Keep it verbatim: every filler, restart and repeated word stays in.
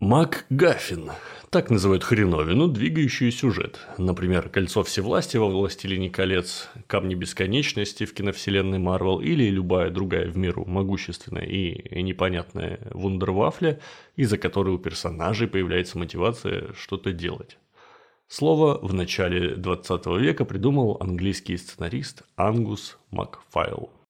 МакГаффин. Так называют хреновину, двигающую сюжет. Например, «Кольцо всевластия» во «Властелине колец», «Камни бесконечности» в киновселенной Марвел или любая другая в меру могущественная и непонятная вундервафля, из-за которой у персонажей появляется мотивация что-то делать. Слово в начале двадцатого века придумал английский сценарист Ангус Макфайл.